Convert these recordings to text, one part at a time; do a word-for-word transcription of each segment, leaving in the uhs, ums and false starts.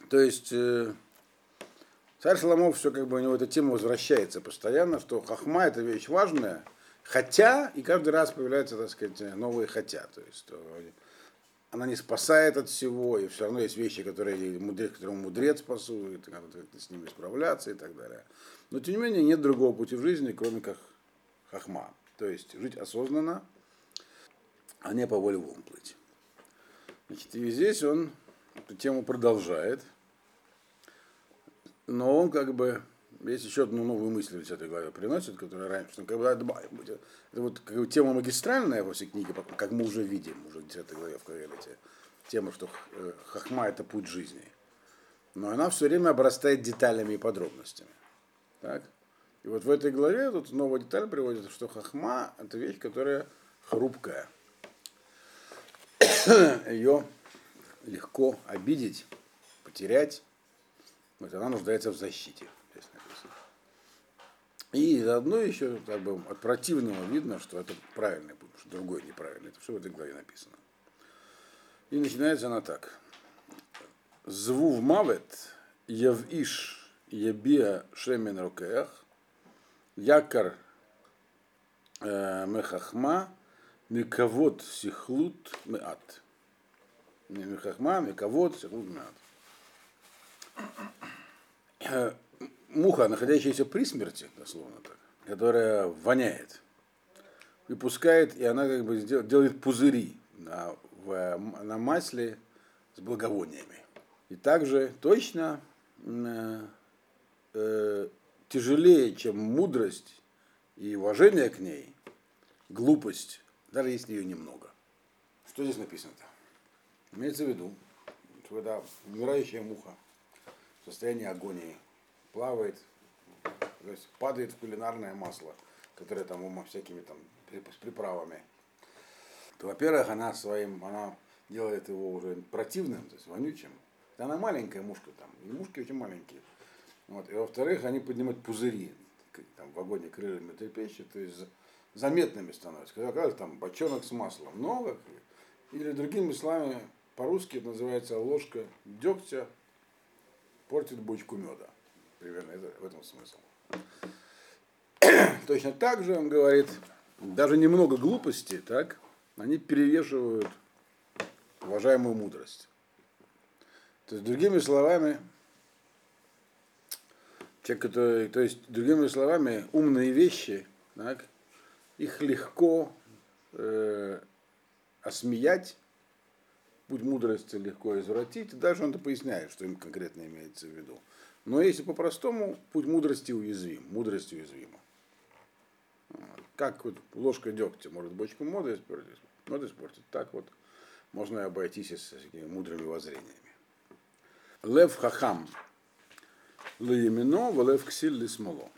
То есть э, царь Соломон все как бы у него эта тема возвращается постоянно, что хахма это вещь важная, хотя, и каждый раз появляются, так сказать, новые хотя. То есть что она не спасает от всего, и все равно есть вещи, которые мудрец, которому мудрец спасует, и надо как-то с ними справляться и так далее. Но тем не менее нет другого пути в жизни, кроме как хахма. То есть жить осознанно, а не по воле волн плыть. Значит, и здесь он эту тему продолжает, но он как бы, есть еще одну новую мысль в этой главе приносит, которая раньше, что как бы, это вот как бы, тема магистральная во всей книге, как мы уже видим, уже в десятой главе в Каэлите, тема, что хахма это путь жизни. Но она все время обрастает деталями и подробностями. Так? И вот в этой главе тут новая деталь приводит, что хахма это вещь, которая хрупкая. Ее легко обидеть, потерять. Вот она нуждается в защите. Здесь написано. И заодно еще как бы, от противного видно, что это правильный путь, что другой неправильный. Это все в этой главе написано. И начинается она так. Звув мавет, явиш, ябия шемен рукеах, якар э, мехахма, микавод сихлут меат. Мехахма, микавод сихлут меат. Муха, находящаяся при смерти, дословно так, которая воняет, выпускает, и она как бы делает пузыри на, в, на масле с благовониями. И также точно э, э, тяжелее, чем мудрость и уважение к ней, глупость, даже если ее немного. Что здесь написано-то? Имеется в виду, что когда умирающая муха в состоянии агонии плавает, то есть падает в кулинарное масло, которое там всякими там с приправами, то, во-первых, она своим, она делает его уже противным, то есть вонючим. Она маленькая мушка там, и мушки очень маленькие. Вот. И во-вторых, они поднимают пузыри, там, в огонь крыльями трепещут, то есть заметными становятся. Когда оказывается там бочонок с маслом много, или другими словами, по-русски это называется ложка дегтя портит бочку меда. Примерно это, в этом смысл. Точно так же он говорит, даже немного глупости, так, они перевешивают уважаемую мудрость. То есть, другими словами, те, которые, то есть, другими словами, умные вещи, так, их легко э, осмеять, путь мудрости легко извратить, и даже он это поясняет, что им конкретно имеется в виду. Но если по-простому, путь мудрости уязвим, мудрость уязвима. Как вот ложка дегтя может бочку моды испортить, моды испортить, так вот можно и обойтись с такими мудрыми воззрениями. Лев хахам леемино, лев ксиль лисмоло.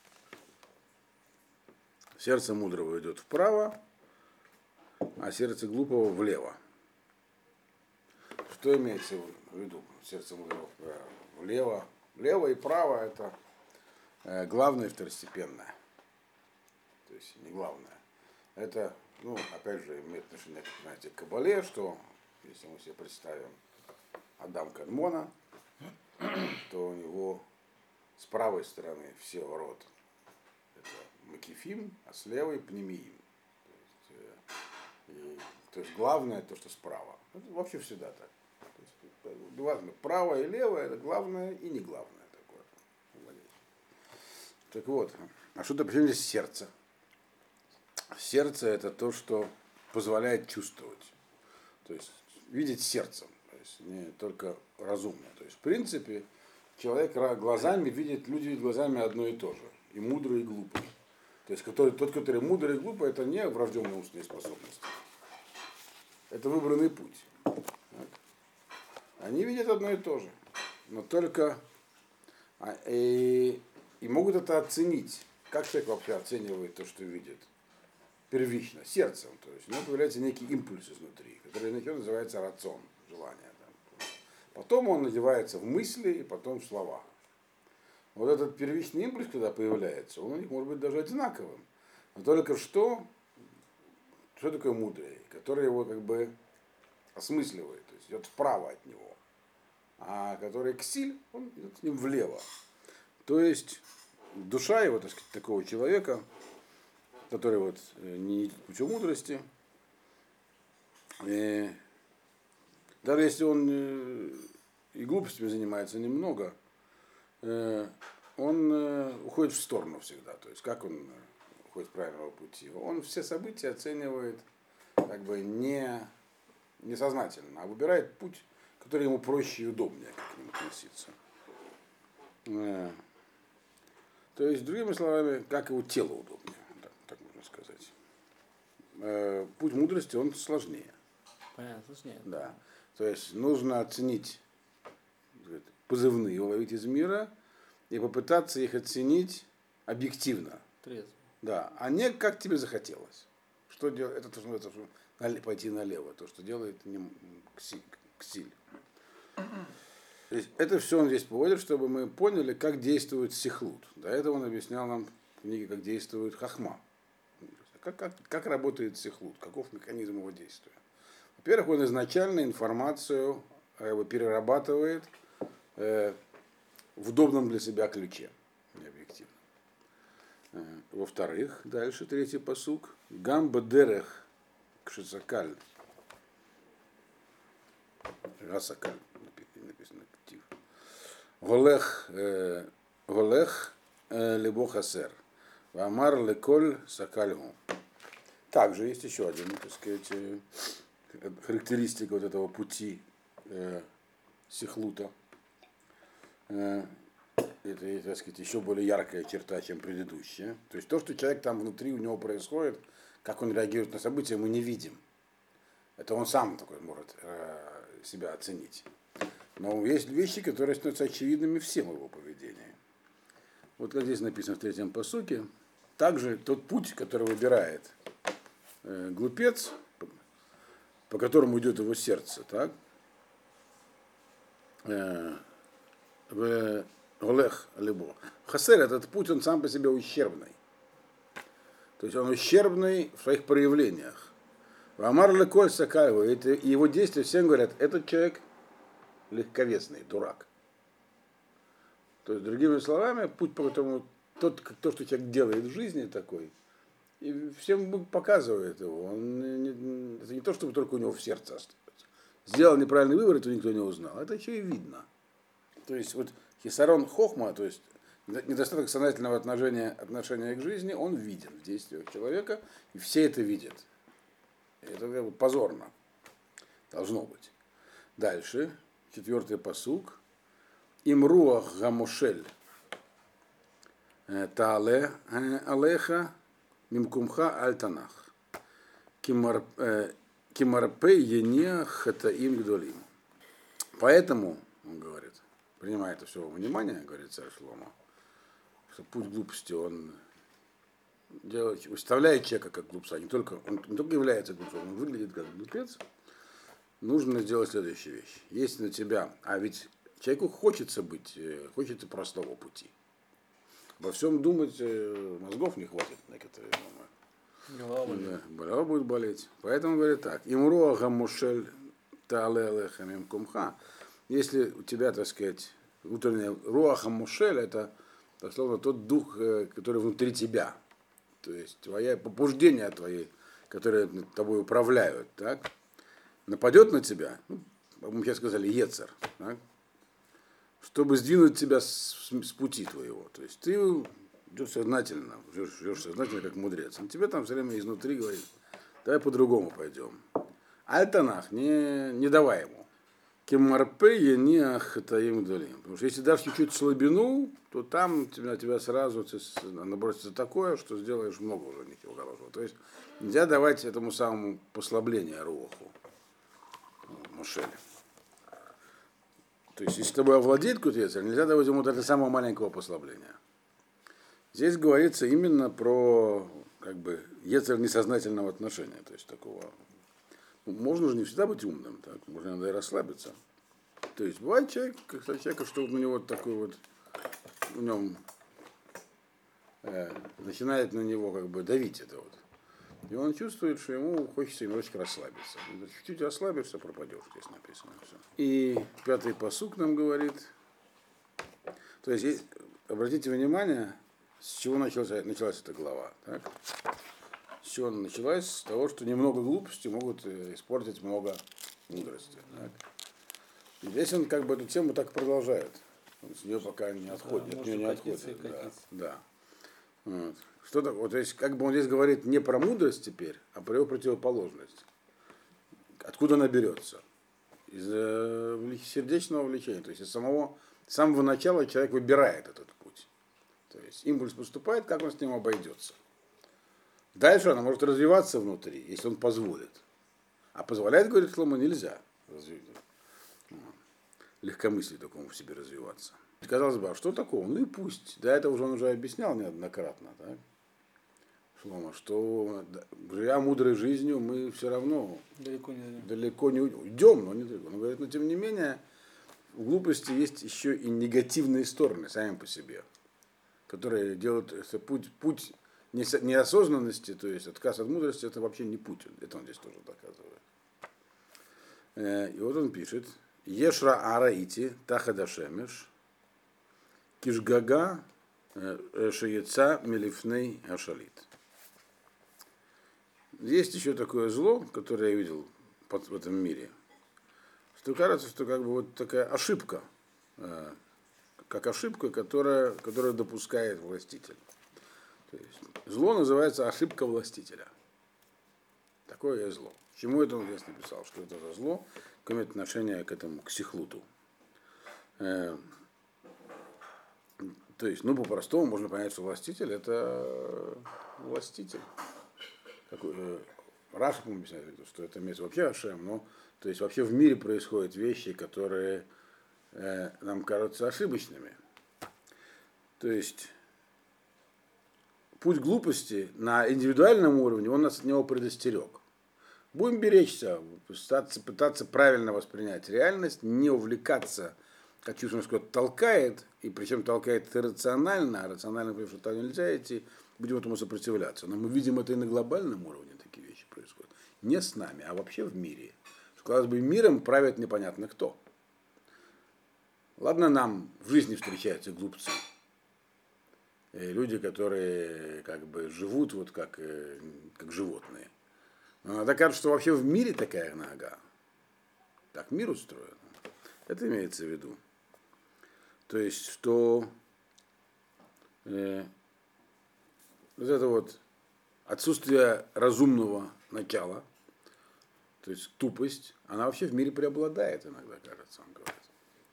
Сердце мудрого идет вправо, а сердце глупого влево. Что имеется в виду? Сердце мудрого влево. Лево и право это э, главное и второстепенное. То есть не главное. Это, ну, опять же, имеет отношение, знаете, к Кабале, что, если мы себе представим Адам Кадмона, то у него с правой стороны все род это Макифим, а с левой Пнемиим. То есть, э, и, то есть главное то, что справа. Это вообще всегда так. Важно, правое и левое это главное и не главное такое. Так вот, а что-то почему здесь сердце? Сердце это то, что позволяет чувствовать. То есть видеть сердцем, то есть не только разумно. То есть в принципе человек глазами видит, люди видят глазами одно и то же. И мудрый, и глупый. То есть который, тот, который мудрый и глупый, это не врожденные умственные способности. Это выбранный путь. Так? Они видят одно и то же. Но только и, и могут это оценить. Как человек вообще оценивает то, что видит? Первично, сердцем. То есть у него появляется некий импульс изнутри, который называется рацион, желание. Да. Потом он надевается в мысли и потом в слова. Вот этот первичный импульс, когда появляется, он у них может быть даже одинаковым. Но только что, что такое мудрый, который его как бы осмысливает, то есть идет вправо от него. а который ксиль, он идет с ним влево. То есть душа его, так сказать, такого человека, который вот не идет путем мудрости, и даже если он и глупостями занимается немного, он уходит в сторону всегда. То есть как он уходит с правильного пути? Он все события оценивает как бы не, несознательно, а выбирает путь, который ему проще и удобнее к нему относиться. То есть, другими словами, как его тело удобнее, так, так можно сказать. Путь мудрости, он сложнее. Понятно, сложнее. Да. То есть нужно оценить позывные, уловить из мира и попытаться их оценить объективно. Трезво. Да, а не как тебе захотелось. Что делать? Это то, что называется, пойти налево, то, что делает ксиль. То есть это все он здесь приводит, чтобы мы поняли, как действует сихлут. До этого он объяснял нам в книге, как действует хахма. Как, как, как работает сихлут, каков механизм его действия. Во-первых, он изначально информацию как бы, перерабатывает э, в удобном для себя ключе, необъективно. Э, во-вторых, дальше третий пасук. Гамба дерех кшисакаль. Расакаль написано. Голех, э, голех э, либо хасер. Вамар леколь сакальгу. Также есть еще один, так сказать, э, характеристика вот этого пути э, сихлута. Э, это, так сказать, еще более яркая черта, чем предыдущая. То есть то, что человек там внутри у него происходит, как он реагирует на события, мы не видим. Это он сам такой может э, себя оценить. Но есть вещи, которые становятся очевидными всем его поведении. Вот как здесь написано в третьем пасуке, также тот путь, который выбирает э, глупец, по, по которому идет его сердце, так? Э, в Олех либо. Хасер, этот путь, он сам по себе ущербный. То есть он ущербный в своих проявлениях. В Амар леколь сакальгу, и его действия всем говорят, этот человек легковесный, дурак. То есть, другими словами, путь, по которому тот, то, что человек делает в жизни такой, и всем показывает его. Он не, это не то, чтобы только у него в сердце остается. Сделал неправильный выбор, это никто не узнал. Это еще и видно. То есть, вот хисарон хохма, то есть недостаток сознательного отношения, отношения к жизни, он виден в действиях человека, и все это видят. И это как бы позорно. Должно быть. Дальше. Четвертый пасук. Имруах гамошель таале алеха мимкумха альтанах. Кимарпе ене хатаим гдолим. Поэтому, он говорит, принимая это все во внимание, говорит царь Шломо, что путь глупости, он делает, выставляет человека как глупца, не только, он не только является глупцом, он выглядит как глупец. Нужно сделать следующую вещь. Если на тебя, а ведь человеку хочется быть, хочется простого пути. Во всем думать мозгов не хватит некоторые. Голова будет. Да, голова будет болеть. Поэтому говорит так. Имруа гамушель таале хамим кумха. Если у тебя, так сказать, утренняя руаха мушель, это, так словно, тот дух, который внутри тебя. То есть твои побуждения твои, которые тобой управляют, так? Нападет на тебя, ну, мы сейчас сказали, ецер, так? Чтобы сдвинуть тебя с, с пути твоего. То есть ты идешь сознательно, живешь, живешь сознательно, как мудрец. Он тебе там все время изнутри говорит, давай по-другому пойдем. Альтанах, не, не давай ему. Кемарпе не ахатаим долим. Потому что если дашь чуть-чуть слабину, то там на тебя сразу набросится такое, что сделаешь много уже ничего хорошего. То есть нельзя давать этому самому послабление руху. Мушель. То есть, если тобой овладеет какой-то яцер, нельзя давать ему даже самого маленького послабления. Здесь говорится именно про как бы яцер несознательного отношения, то есть такого. Ну, можно же не всегда быть умным, так? Можно иногда и расслабиться. То есть бывает человек, как человек, что у него вот такой вот, в нем э, начинает на него как бы давить это вот. И он чувствует, что ему хочется немножечко расслабиться. Чуть-чуть расслабишься, пропадешь, здесь написано все. И пятый пасук нам говорит. То есть, обратите внимание, с чего началась, началась эта глава. Так? С чего она началась? С того, что немного глупости могут испортить много мудрости. Так? И здесь он как бы эту тему так продолжает. Он с нее пока не отходит, да, от нее не отходит. Да, да. Вот. Что так, вот, то есть, как бы он здесь говорит не про мудрость теперь, а про его противоположность. Откуда она берется? Из э, сердечного влечения, то есть из самого, с самого начала человек выбирает этот путь. То есть импульс поступает, как он с ним обойдется. Дальше она может развиваться внутри, если он позволит. А позволяет, говорит Шломо, нельзя развивать. Легкомыслие такому в себе развиваться. Казалось бы, а что такого? Ну и пусть. До этого уже он уже объяснял неоднократно, так? Шломо, что живя мудрой жизнью, мы все равно далеко не уйдем. Далеко не уйдем, но не далеко. Он говорит, но тем не менее, в глупости есть еще и негативные стороны сами по себе, которые делают это путь, путь неосознанности, то есть отказ от мудрости, это вообще не путь. Это он здесь тоже доказывает. И вот он пишет, Ешра араити тахадашемеш кишгага шееца мелифней ашалит. Есть еще такое зло, которое я видел в этом мире, что кажется, что как бы вот такая ошибка, как ошибка, которая, которая допускает властитель. То есть, зло называется ошибка властителя. Такое зло. Чему это он здесь написал? Что это за зло? Какое имеет отношение к этому, к сихлуту. Э, то есть, ну, по-простому можно понять, что властитель это властитель. Какой, э, Раша, по-моему, объясняет, что это имеется вообще Ашем, но то есть вообще в мире происходят вещи, которые э, нам кажутся ошибочными. То есть путь глупости на индивидуальном уровне, он нас от него предостерег. Будем беречься, пытаться, пытаться правильно воспринять реальность, не увлекаться, как чувствуем, что толкает, и причем толкает это рационально, а рационально, потому что там нельзя идти, будем этому сопротивляться. Но мы видим это и на глобальном уровне, такие вещи происходят. Не с нами, а вообще в мире. Казалось бы, миром правит непонятно кто. Ладно, нам в жизни встречаются глупцы. И люди, которые как бы живут вот как, как животные. Но надо кажется, что вообще в мире такая нога. Так мир устроен. Это имеется в виду. То есть, что э, вот это вот отсутствие разумного начала, то есть тупость, она вообще в мире преобладает иногда, кажется, он говорит.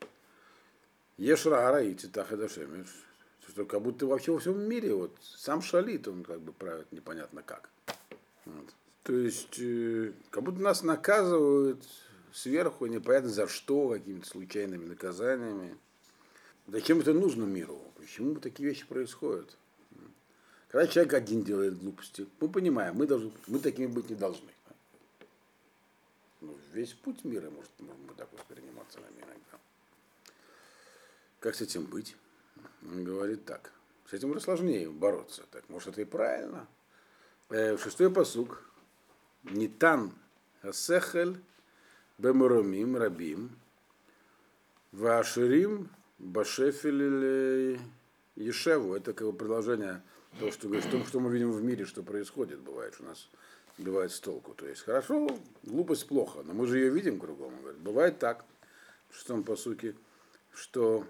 Ешра араити тахадашемеш, что как будто вообще во всем мире вот сам шалит, он как бы правит непонятно как. Вот. То есть, э, как будто нас наказывают сверху, непонятно за что, какими-то случайными наказаниями. Зачем это нужно миру? Почему такие вещи происходят? Когда человек один делает глупости, мы понимаем, мы, должны, мы такими быть не должны. Ну, весь путь мира может, может так восприниматься нами иногда. Как с этим быть? Он говорит так. С этим уже сложнее бороться. Так, может, это и правильно. Э, шестой пасук. Нитан асехель бемуромим рабим ваширим башефель ешеву. Это как бы продолжение того, что говорит, что, что мы видим в мире, что происходит, бывает, что нас сбивает с толку. То есть хорошо, глупость плохо, но мы же ее видим кругом. Он говорит, бывает так, в шестом пасуке, что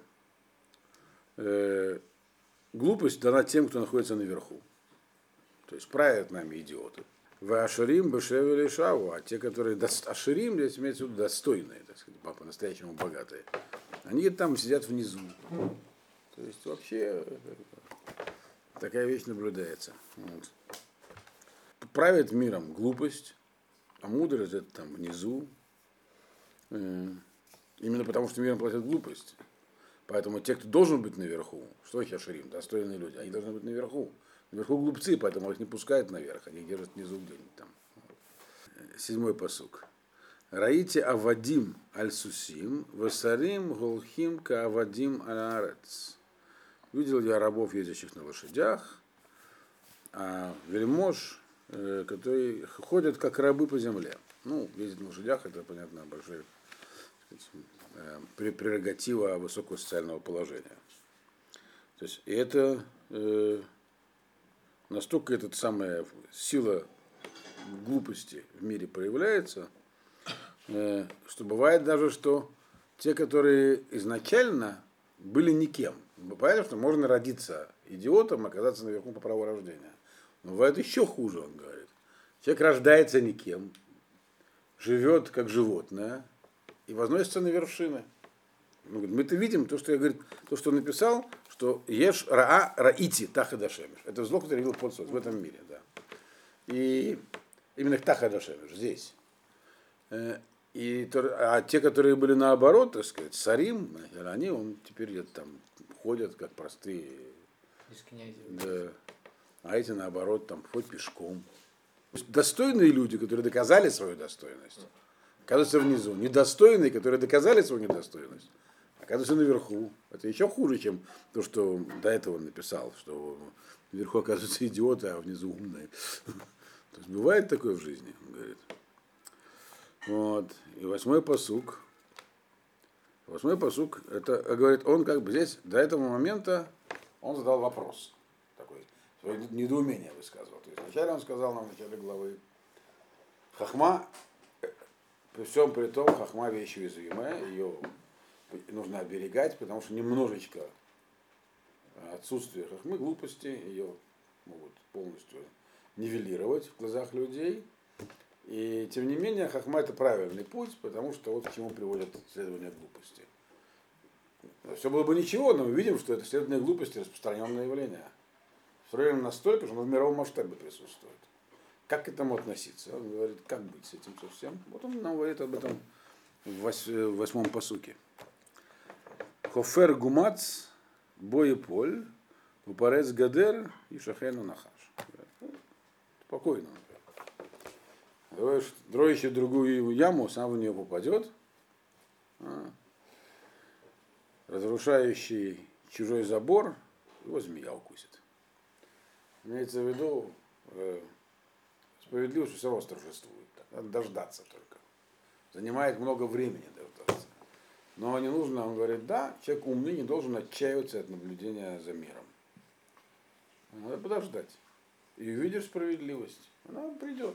э, глупость дана тем, кто находится наверху. То есть правят нами идиоты. В Аширим бешевели шаву, а те, которые Аширим, здесь имеется в виду достойные, так сказать, по-настоящему богатые, они там сидят внизу. То есть вообще такая вещь наблюдается. Вот. Правит миром глупость, а мудрость это там внизу. Именно потому, что миром платят глупость. Поэтому те, кто должен быть наверху, что их Аширим, достойные люди, они должны быть наверху. Наверху глупцы, поэтому их не пускают наверх, они держат внизу где-нибудь там. Седьмой пасук. Раите авадим аль-сусим, васарим голхим ка авадим аль-арец. Видел я рабов, ездящих на лошадях, а вельмож э, которые ходят как рабы по земле. Ну, ездить на лошадях, это, понятно, большая так сказать, э, прерогатива высокого социального положения. То есть, и это э, настолько эта самая сила глупости в мире проявляется, э, что бывает даже, что те, которые изначально были никем. Понятно, что можно родиться идиотом, оказаться наверху по праву рождения. Но бывает еще хуже, он говорит. Человек рождается никем, живет как животное и возносится на вершины. Мы это видим, то, что я говорю, то, что он написал, что ешь раа раити тахадашемиш. Это зло, которое видел под солнцем в этом мире, да. И именно тахадашемиш здесь. И, а те, которые были наоборот, так сказать, сарим, они он теперь где-то там ходят как простые. Да. А эти наоборот там ходят пешком. Достойные люди, которые доказали свою достойность, оказываются внизу. Недостойные, которые доказали свою недостойность, оказываются наверху. Это еще хуже, чем то, что до этого он написал, что наверху оказываются идиоты, а внизу умные. То есть бывает такое в жизни, он говорит. Вот. И восьмой пасук. Восьмой пасук, это говорит, он как бы здесь до этого момента он задал вопрос такой, свое недоумение высказывал. То есть вначале он сказал нам в начале главы, хахма, при всем при том, хахма вещь уязвимая, ее нужно оберегать, потому что немножечко отсутствие хахмы, глупости, ее могут полностью нивелировать в глазах людей. И тем не менее, хахма это правильный путь, потому что вот к чему приводит следование глупости. Все было бы ничего, но мы видим, что это следование глупости распространенное явление. Устроено настолько, что оно в мировом масштабе присутствует. Как к этому относиться? Он говорит, как быть с этим совсем. Вот он нам говорит об этом в восьмом пасуке. Хофер гумац, бой поль, упарец гадер и шахену нахаш. Спокойно. Строящий другую яму, сам в нее попадет. А. Разрушающий чужой забор, его змея укусит. Имеется в виду, э, справедливость все равно торжествует. Надо дождаться только. Занимает много времени дождаться. Но не нужно, он говорит, да, человек умный не должен отчаиваться от наблюдения за миром. Надо подождать. И увидишь справедливость. Она придет.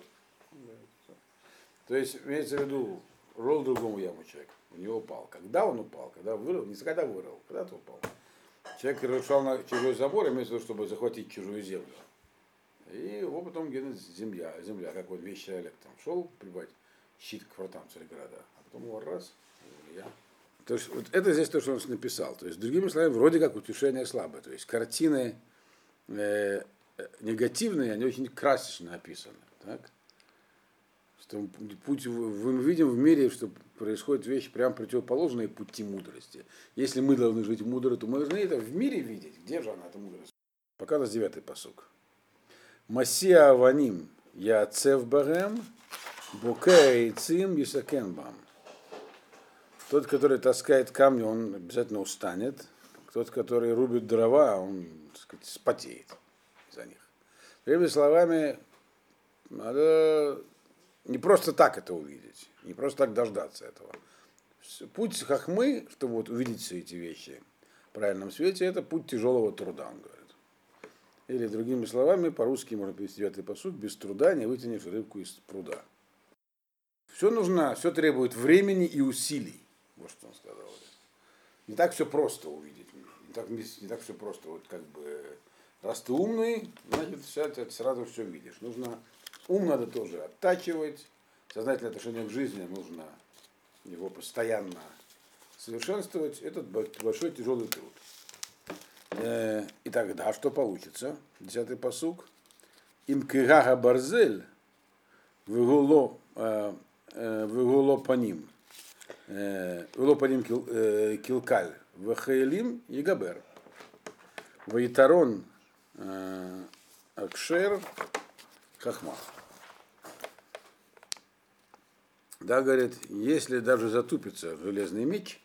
То есть, имеется в виду, рол другому яму человек, у него упал. Когда он упал? Когда вырыл? Не когда вырыл, когда-то упал. Человек разрушал на чужой забор, имеется в виду, чтобы захватить чужую землю. И его потом гинет земля, земля, как вот вещи Олег там шел прибавить щит к вратам Царьграда, а потом его раз, земля. То есть, вот это здесь то, что он написал. То есть, другими словами, вроде как утешение слабое. То есть, картины э, негативные, они очень красочно описаны. Так? Что путь, мы видим в мире, что происходят вещи прямо противоположные пути мудрости. Если мы должны жить мудро, то мы должны это в мире видеть. Где же она, эта мудрость? Пока у нас девятый пасук. Масия аваним яцев барем, букей цим исакенбам. Тот, который таскает камни, он обязательно устанет. Тот, который рубит дрова, он, так сказать, спотеет за них. Другими словами, надо не просто так это увидеть, не просто так дождаться этого. Путь хахмы, чтобы вот увидеть все эти вещи в правильном свете, это путь тяжелого труда, он говорит. Или другими словами, по-русски можно перевести девятый пасук, без труда не вытянешь рыбку из пруда. Все нужно, все требует времени и усилий. Вот что он сказал. Не так все просто увидеть. Не так, не так все просто. Вот как бы, раз ты умный, значит, все, ты сразу все видишь. Нужно, ум надо тоже оттачивать. Сознательное отношение к жизни нужно его постоянно совершенствовать. Это большой тяжелый труд. И тогда что получится? Десятый пасук. Имкигага барзель вегуло вегуло паним. Вегуло паним килкаль вехаэлим ягабер. Ваитарон акшер хахма. Да, говорит, если даже затупится железный меч,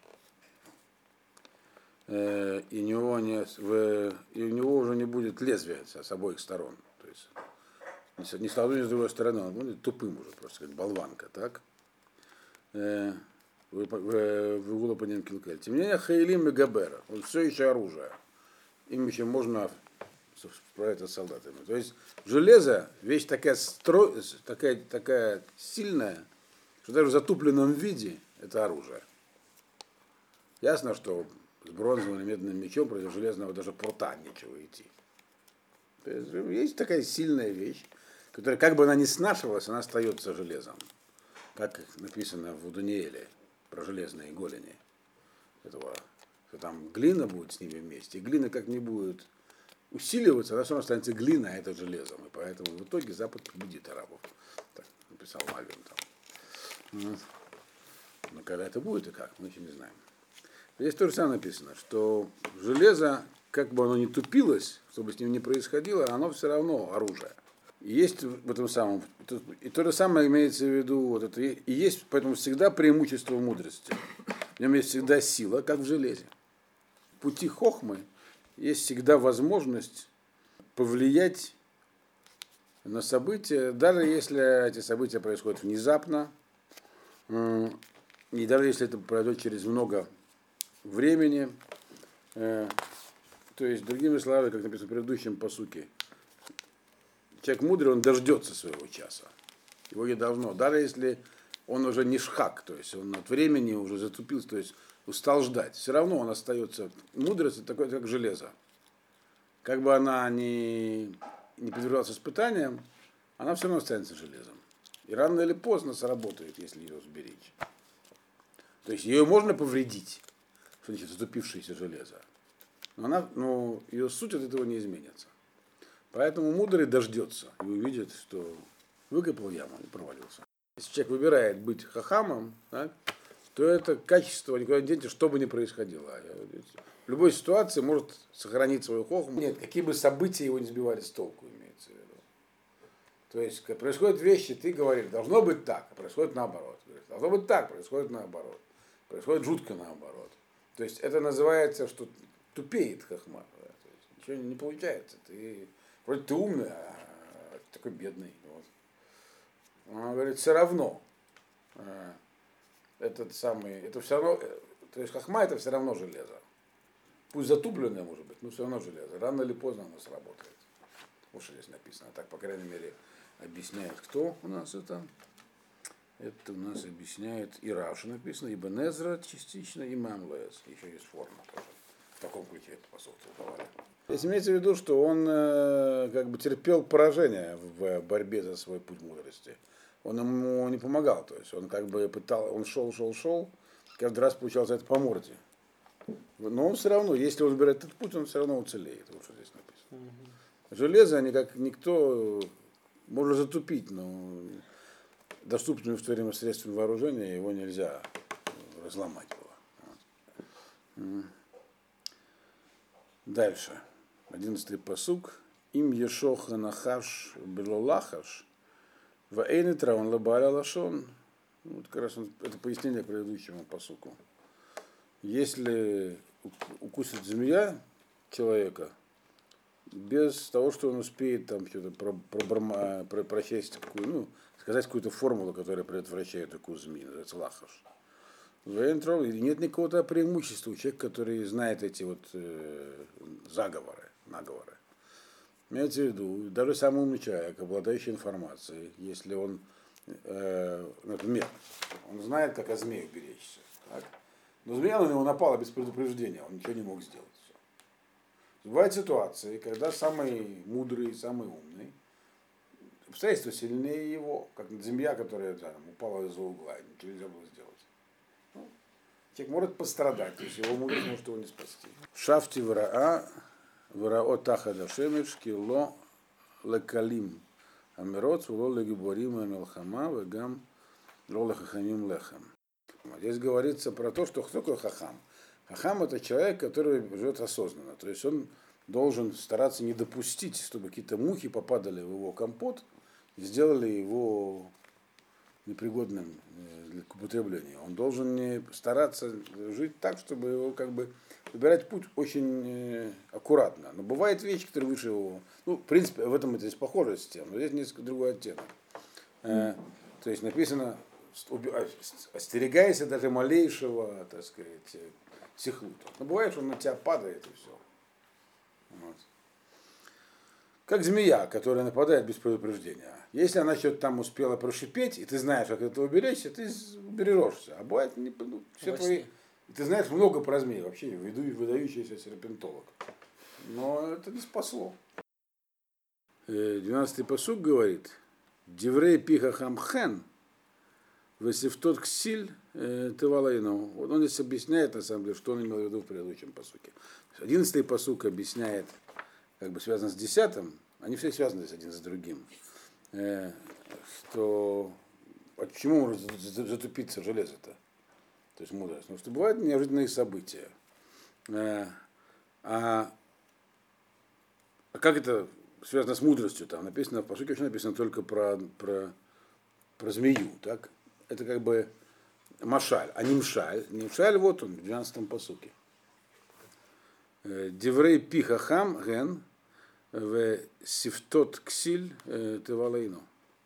и у него, не, в, и у него уже не будет лезвия с обоих сторон. То есть Ни с, ни с одной, ни с другой стороны. Он будет тупым уже, просто как болванка, так? Э, вы вы поним килкель. Тем не менее, Хаилим и Габера. Он все еще оружие. Им еще можно справиться с солдатами. То есть железо, вещь такая, стро... такая, такая сильная, что даже в затупленном виде это оружие. Ясно, что с бронзовым или медным мечом против железного даже прута нечего идти. То есть, есть такая сильная вещь, которая, как бы она ни снашивалась, она остается железом. Как написано в Данииле про железные голени. Этого, что там глина будет с ними вместе. И глина как не будет усиливаться, она все равно останется глина, а это железом. И поэтому в итоге Запад победит арабов. Так написал Мальвин там. Но когда это будет и как, мы еще не знаем. Здесь тоже самое написано, что железо, как бы оно ни тупилось, чтобы с ним не происходило, оно все равно оружие. И есть в этом самом, и то же самое имеется в виду, вот это, и есть поэтому всегда преимущество мудрости. В нем есть всегда сила, как в железе. В пути хохмы есть всегда возможность повлиять на события, даже если эти события происходят внезапно, и даже если это пройдет через много времени. То есть, другими словами, как написано в предыдущем пасуке, человек мудрый, он дождется своего часа. Его не должно. Даже если он уже не шхак, то есть он от времени уже затупился, то есть устал ждать. Все равно он остается. Мудрость такой, как железо. Как бы она ни, не подвергалась испытаниям, она все равно останется железом. И рано или поздно сработает, если ее сберечь. То есть ее можно повредить, что значит затупившееся железо. Но, она, но ее суть от этого не изменится. Поэтому мудрый дождется и увидит, что выкопал яму и провалился. Если человек выбирает быть хахамом, да, то это качество никуда не денется, что бы ни происходило. В любой ситуации может сохранить свою хохму. Нет, какие бы события его не сбивали с толку, имеется в виду. То есть, когда происходят вещи, ты говоришь, должно быть так, а происходит наоборот. Должно быть так, происходит наоборот. Происходит жутко наоборот. То есть это называется, что тупеет хохма. Да? То есть, ничего не получается. Ты, вроде ты умный, а ты такой бедный. Вот. Он говорит, все равно. Этот самый, это все равно, то есть хохма это все равно железо. Пусть затупленное может быть, но все равно железо. Рано или поздно оно сработает. Вот что здесь написано. Так, по крайней мере, объясняет, кто у нас это. Это у нас объясняет и Раши написано, и Бенезра частично, и Мамлес. Еще есть форма тоже. В таком ключе это посол толковали. Здесь имеется в виду, что он э, как бы терпел поражение в борьбе за свой путь мудрости. Он ему не помогал. То есть он как бы пытал, он шел, шел, шел, каждый раз получал за это по морде. Но он все равно, если он выбирает этот путь, он все равно уцелеет. Вот что здесь написано. Mm-hmm. Железо, они как никто, можно затупить, но доступными в то время средствами вооружения его нельзя разломать было. Вот. Дальше. Одиннадцатый пасук. Им ешоха нахаш белолахаш. Ваэйнитра он лабаля лашон. Вот как раз он, это пояснение к предыдущему пасуку. Если укусит змея человека, без того, что он успеет там что-то про, про, про, прочесть какую, ну, сказать какую-то формулу, которая предотвращает такую змею, называется лахаш. И нет никакого преимущества у человека, который знает эти вот э, заговоры, наговоры. Имеется в виду, даже самый умный человек, обладающий информацией, если он, э, например, он знает, как о змее беречься, так? Но змея на него напала без предупреждения, он ничего не мог сделать. Все. Бывают ситуации, когда самый мудрый, самый умный, обстоятельства сильнее его, как змея, которая там, упала из-за угла, ничего нельзя было сделать. Ну, человек может пострадать, то есть его мудрость может его не спасти. Шафти враа, врао тахада шемеш, кило лекалим амирот, уло легиборим амелхама, вегам ло лехахамим лехам. Здесь говорится про то, что кто такой хахам. Хахам это человек, который живет осознанно. То есть он должен стараться не допустить, чтобы какие-то мухи попадали в его компот и сделали его непригодным к употреблению. Он должен не стараться жить так, чтобы его как бы выбирать путь очень э, аккуратно. Но бывают вещи, которые выше его. Ну, в принципе, в этом это здесь похоже с тем, но здесь несколько другой оттенок. Э, то есть написано, остерегайся даже малейшего, так сказать, сихлута. Но бывает, что он на тебя падает и все. Вот. Как змея, которая нападает без предупреждения. Если она что-то там успела прошипеть, и ты знаешь, как это уберечься, ты убережешься. А бывает, не, ну, все твои... Ты знаешь много про змей, вообще выдающийся серпентолог. Но это не спасло. Двенадцатый пасук говорит, Деврей пиха хамхен, весифтот ксиль тывалайну. Вот он здесь объясняет, на самом деле, что он имел в виду в предыдущем пасуке. Одиннадцатый пасук объясняет, как бы связано с десятым, они все связаны здесь один с другим, что почему может затупиться железо-то, то есть мудрость, потому что бывают неожиданные события. А, а как это связано с мудростью? Там написано, по сути, написано только про, про, про змею, так? Это как бы машаль, а не мшаль. Не мшаль, вот он, в двенадцатом пасуке. Деврей пиха хам ген в сифтот ксиль тевалейну.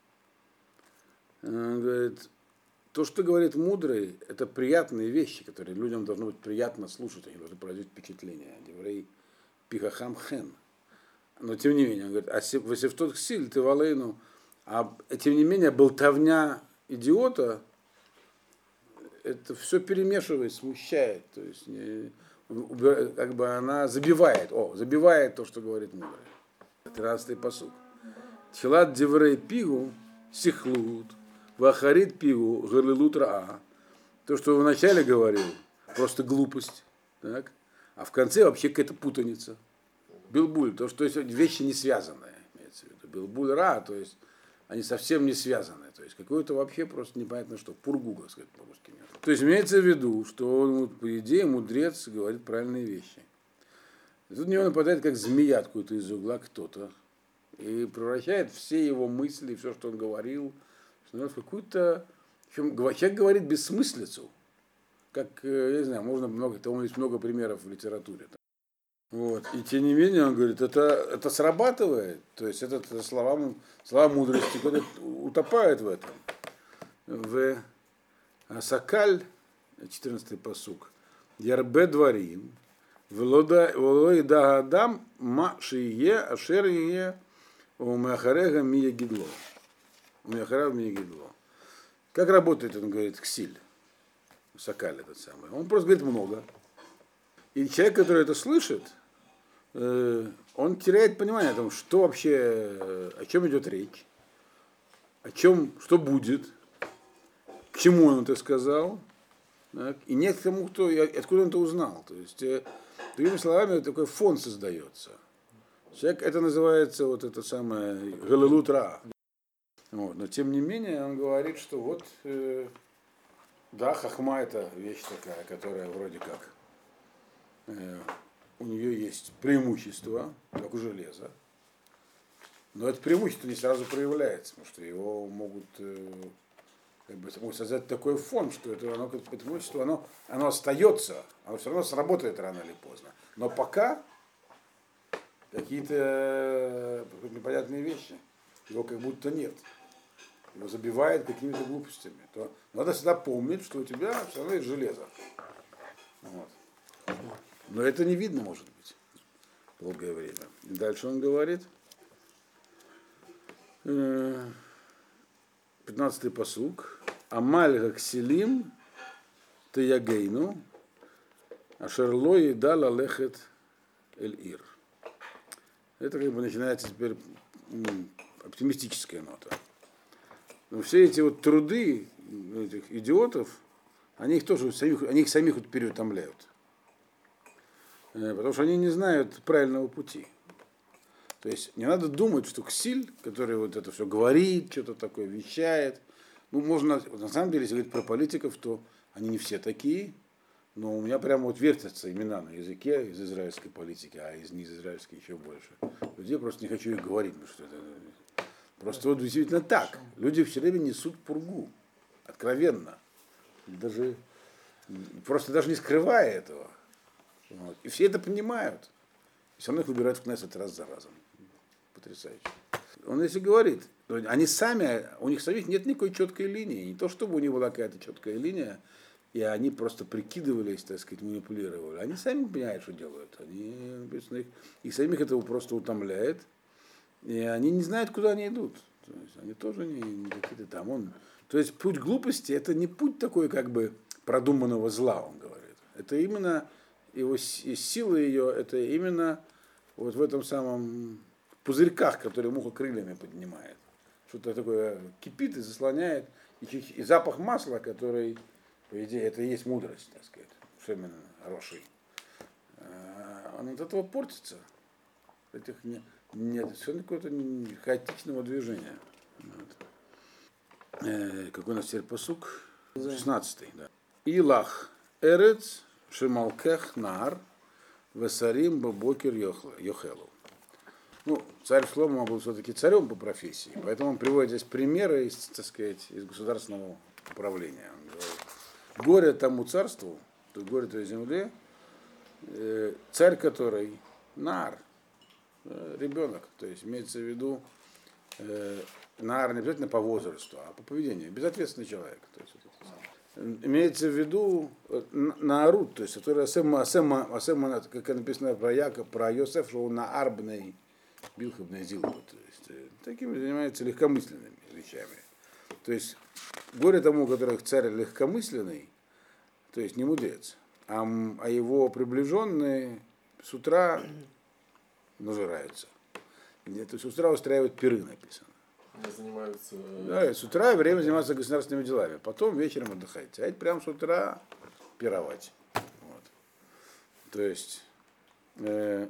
Он говорит, то, что говорит мудрый, это приятные вещи, которые людям должно быть приятно слушать, они должны производить впечатление. Деврей пиха хам ген. Но тем не менее, он говорит, а в сифтот ксиль тевалейну, а тем не менее болтовня идиота, это все перемешивает, смущает, то есть не, как бы она забивает, о, забивает то, что говорит мудрый. тринадцатый пасук. Тхилат деврей пигу сихлут, вахарит пигу галилут раа. То, что он вначале говорил, просто глупость, так? А в конце вообще какая-то путаница. Билбуль, то, что есть вещи не связанные, имеется в виду. Билбуль ра, то есть они совсем не связаны. То есть какое-то вообще просто непонятно что. Пургу, как сказать по-русски. Нет. То есть имеется в виду, что он, по идее, мудрец говорит правильные вещи. И тут на него нападает как змея откуда-то из угла кто-то. И превращает все его мысли, все, что он говорил, в какую-то... Человек говорит бессмыслицу. Как, я не знаю, можно много, там есть много примеров в литературе. Вот. И тем не менее, он говорит, это, это срабатывает, то есть это, это слова, слова мудрости утопают в этом. В Сакаль, четырнадцатый пасук, Ярбе дворим, Волой да адам ма шие ашер ие умяхарега мия гидло. Умяхарега мия гидло. Как работает, он говорит, ксиль, Сакаль этот самый. Он просто говорит много. И человек, который это слышит, он теряет понимание о том, что вообще, о чем идет речь, о чем, что будет, к чему он это сказал, так, и нет к тому, кто, откуда он это узнал. То есть, другими словами, такой фон создается. Человек, это называется вот это самое галилут ра. Вот, но тем не менее, он говорит, что вот, э, да, хахма это вещь такая, которая вроде как э, у нее есть преимущество, как у железа. Но это преимущество не сразу проявляется, потому что его могут, как бы, могут создать такой фон, что это, оно, это преимущество оно, оно остается, оно все равно сработает рано или поздно. Но пока какие-то непонятные вещи, его как будто нет. Его забивает какими-то глупостями. То надо всегда помнить, что у тебя все равно есть железо. Вот. Но это не видно, может быть, долгое время. И дальше он говорит, пятнадцатый пасук, Амаль гаксилим таягейну, ашерло едал алехет эль-ир. Это как бы начинается теперь оптимистическая нота. Но все эти вот труды этих идиотов, они их тоже самих, они их самих вот переутомляют. Потому что они не знают правильного пути. То есть не надо думать, что ксиль, который вот это все говорит, что-то такое вещает, ну, можно, на самом деле, если говорить про политиков, то они не все такие, но у меня прямо вот вертятся имена на языке из израильской политики, а из неизраильской еще больше. Людей просто не хочу их говорить, потому что это просто вот действительно так. Люди все время несут пургу, откровенно, даже, просто даже не скрывая этого. Вот. И все это понимают. И все равно их выбирают в Кнессет раз за разом. Потрясающе. Он если говорит, они сами, у них самих нет никакой четкой линии. Не то, чтобы у них была какая-то четкая линия, и они просто прикидывались, так сказать, манипулировали. Они сами понимают, что делают. Они, написано, их, их самих это просто утомляет. И они не знают, куда они идут. То есть они тоже не, не какие-то там. Он, то есть путь глупости это не путь такой как бы продуманного зла, он говорит. Это именно его сила ее, это именно вот в этом самом пузырьках, которые муха крыльями поднимает. Что-то такое кипит и заслоняет. И, и запах масла, который, по идее, это и есть мудрость, так сказать, что именно хороший. Он от этого портится. Этих не, нет, все какого-то хаотичного движения. Вот. Э, какой у нас теперь пасук? шестнадцатый, да. Илах эрец шемалкех нар весарим бабокер йохелу. Ну, царь Шломо был все-таки царем по профессии, поэтому он приводит здесь примеры из, так сказать, из государственного управления. Он говорит, горе тому царству, то есть горе той земле, э, царь который нар, э, ребенок, то есть имеется в виду э, нар не обязательно по возрасту, а по поведению, безответственный человек. То есть, вот это самое. Имеется в виду наарут, то есть который асема, асема, асема, как написано про Яков, про Йосеф, что он наарбный, билхабный зилба, то есть такими занимается легкомысленными вещами. То есть горе тому, у которых царь легкомысленный, то есть не мудрец, а, а его приближенные с утра нажираются. То есть с утра устраивают пиры, написано. Занимаются... Да, и с утра время заниматься государственными делами, потом вечером отдыхать. А это прямо с утра пировать. Вот. То есть э,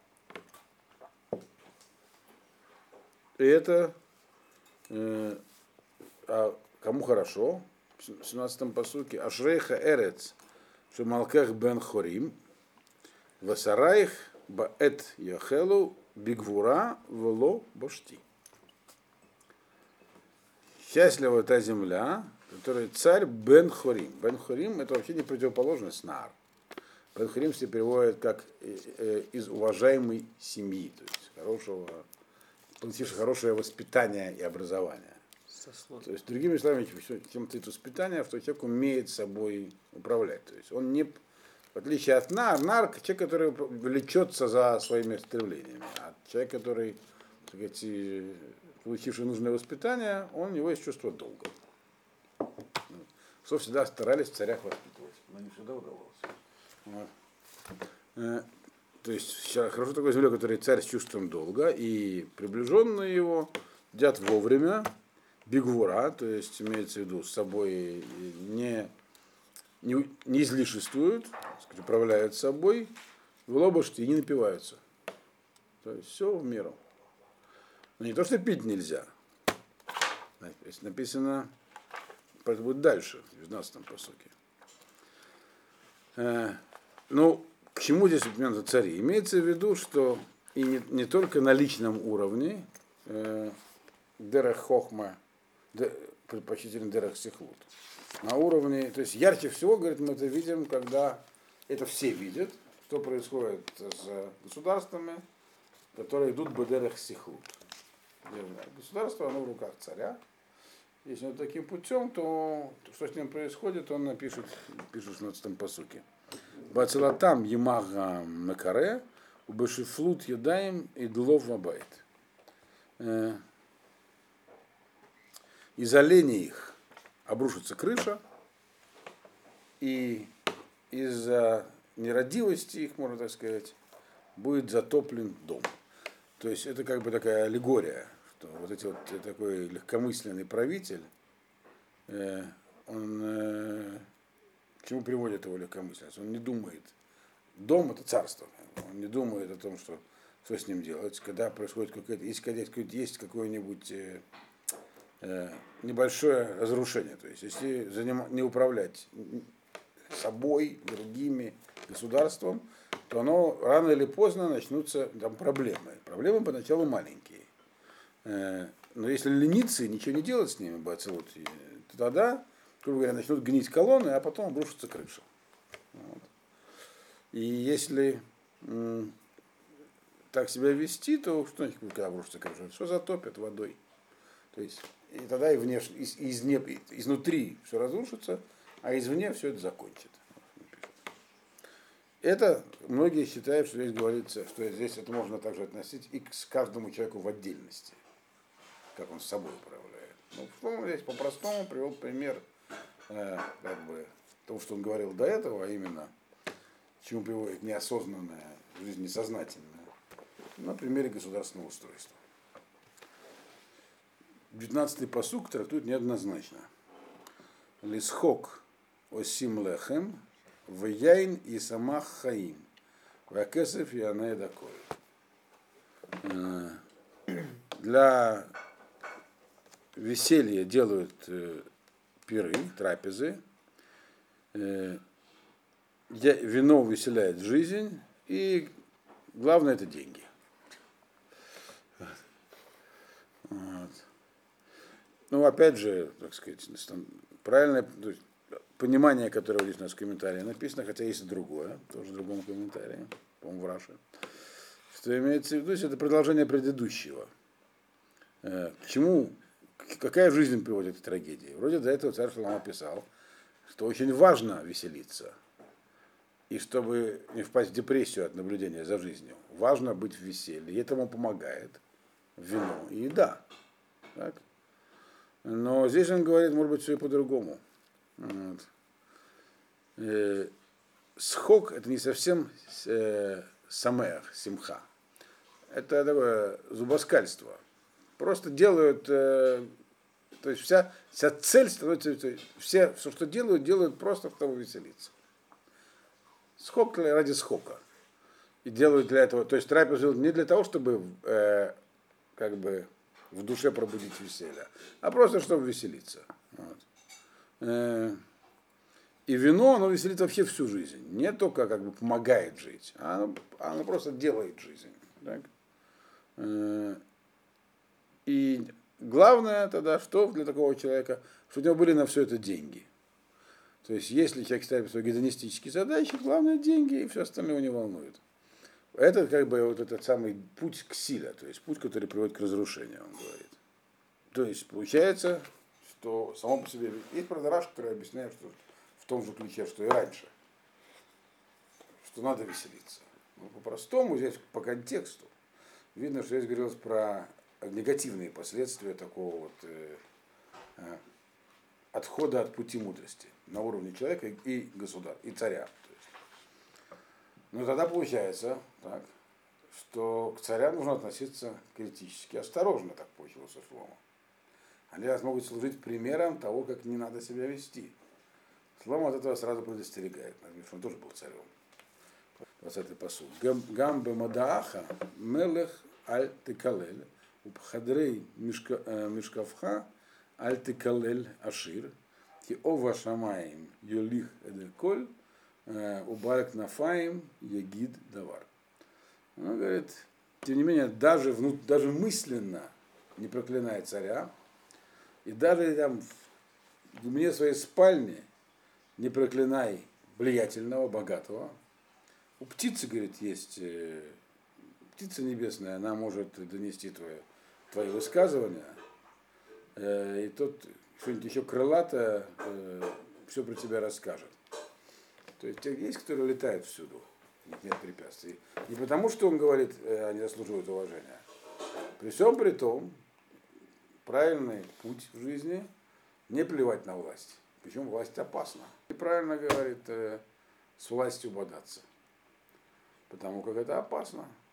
и это э, а кому хорошо? В семнадцатом пасуке Ашрейха эрец шемалкех бен хорим васараих баэт яхелу бигвура вело бошти. Счастлива та земля, которая царь Бен Хорим. Бен Хорим это вообще не противоположность Нар. Бен Хорим все переводят как из уважаемой семьи, то есть хорошего, получившего хорошее воспитание и образование. То есть, другими словами, чем ты воспитание, что человек умеет собой управлять. То есть он не, в отличие от Нар, Нар человек, который влечется за своими стремлениями, а человек, который, так сказать, получивший нужное воспитание, он, у него есть чувство долга. Что всегда старались в царях воспитывать, но не всегда удавалось. Вот. То есть хорошо такой земля, который царь с чувством долга, и приближенные его едят вовремя, бигвура, то есть имеется в виду с собой не, не, не излишествуют, сказать, управляют собой, в лобоште и не напиваются. То есть все в меру. Но не то, что пить нельзя. Написано, это будет дальше, в двенадцатом пасуке. Э, ну, к чему здесь упомянуты цари? Имеется в виду, что и не, не только на личном уровне, э, дерех хохма, предпочтительно дерех сихлут, на уровне, то есть ярче всего, говорит, мы это видим, когда это все видят, что происходит с государствами, которые идут в дерех сихлут. Государство, оно в руках царя. Если он таким путем, то что с ним происходит, он напишет, пишет в шестнадцатом пасуке. Бацелатам емага мекаре, убешифлут едаем и длов вабайт. Из оленей их обрушится крыша, и из-за нерадивости их, можно так сказать, будет затоплен дом. То есть это как бы такая аллегория, что вот эти вот такой легкомысленный правитель, э, он э, к чему приводит его легкомысленность? Он не думает. Дом это царство. Он не думает о том, что, что с ним делать, когда происходит какое-то, если когда есть какое-нибудь э, э, небольшое разрушение. То есть если заним, не управлять собой, другими, государством, то оно рано или поздно начнутся там проблемы. Проблемы поначалу маленькие. Но если лениться и ничего не делать с ними, бацелут, то тогда, грубо говоря, начнут гнить колонны, а потом обрушится крыша. Вот. И если м, так себя вести, то что значит, когда обрушится крыша? Все затопят водой. То есть, и тогда и внешне, из, из, не- изнутри все разрушится, а извне все это закончит. Это многие считают, что здесь говорится, что здесь это можно также относить и к каждому человеку в отдельности, как он с собой управляет. Ну, что здесь по-простому привел пример э, как бы, того, что он говорил до этого, а именно, к чему приводит неосознанное, в жизни несознательное, на примере государственного устройства. девятнадцатый пасук трактует неоднозначно. Лисхок осим лехем, вяйн и самах хаим, вакесев и анедакой. Для веселья делают э, пиры, трапезы. Э, вино выселяет жизнь, и главное это деньги. Вот. Ну, опять же, так сказать, правильное то есть, понимание, которое здесь у нас в комментарии написано, хотя есть и другое, тоже в другом комментарии, по-моему, в Раше. Что имеется в виду, это продолжение предыдущего. К чему, какая жизнь приводит к трагедии? Вроде до этого царь Шолом описал, что очень важно веселиться. И чтобы не впасть в депрессию от наблюдения за жизнью, важно быть в веселье. И этому помогает вино и еда. Так? Но здесь он говорит, может быть, все и по-другому. Вот. Э, схок это не совсем э, самеах, симха. Это такое зубоскальство. Просто делают, э, то есть вся, вся цель становится, все, все, что делают, делают просто, чтобы веселиться. Схок ради схока. И делают для этого, то есть трапезу делают не для того, чтобы э, как бы в душе пробудить веселье, а просто чтобы веселиться. Вот. Э, и вино, оно веселит вообще всю жизнь. Не только как бы помогает жить, а оно, оно просто делает жизнь. Так? Э, и главное тогда, что для такого человека, что у него были на все это деньги. То есть, если человек ставит свои гедонистические задачи, главное деньги, и все остальное его не волнует. Это как бы вот этот самый путь к силе, то есть путь, который приводит к разрушению, он говорит. То есть получается, что само по себе есть продаж, который объясняет, что в том же ключе, что и раньше, что надо веселиться. Но по-простому здесь по контексту видно, что здесь говорилось про негативные последствия такого вот э, э, отхода от пути мудрости на уровне человека и государства, и царя. Но тогда получается, так, что к царям нужно относиться критически осторожно, так получилось у Шломо. Они могут служить примером того, как не надо себя вести. Шломо от этого сразу предостерегает, что он тоже был царем. двадцатый пасук. Гамбе мадааха мелех аль текалель упхадрей мишкавха аль текалель ашир ки ова шамаим юлих эдеколь убарек нафаим ягид давар. Он говорит, тем не менее, даже, вну, даже мысленно не проклинай царя, и даже там в глубине своей спальни не проклинай влиятельного, богатого. У птицы, говорит, есть э, птица небесная, она может донести твое, твои высказывания, э, и тот что-нибудь еще крылатое э, все про тебя расскажет. То есть есть, которые летают всюду, у них нет препятствий. Не потому, что он говорит, э, они заслуживают уважения. При всем при том, правильный путь в жизни не плевать на власть. Причем власть опасна. И правильно говорит, э, с властью бодаться. Потому как это опасно.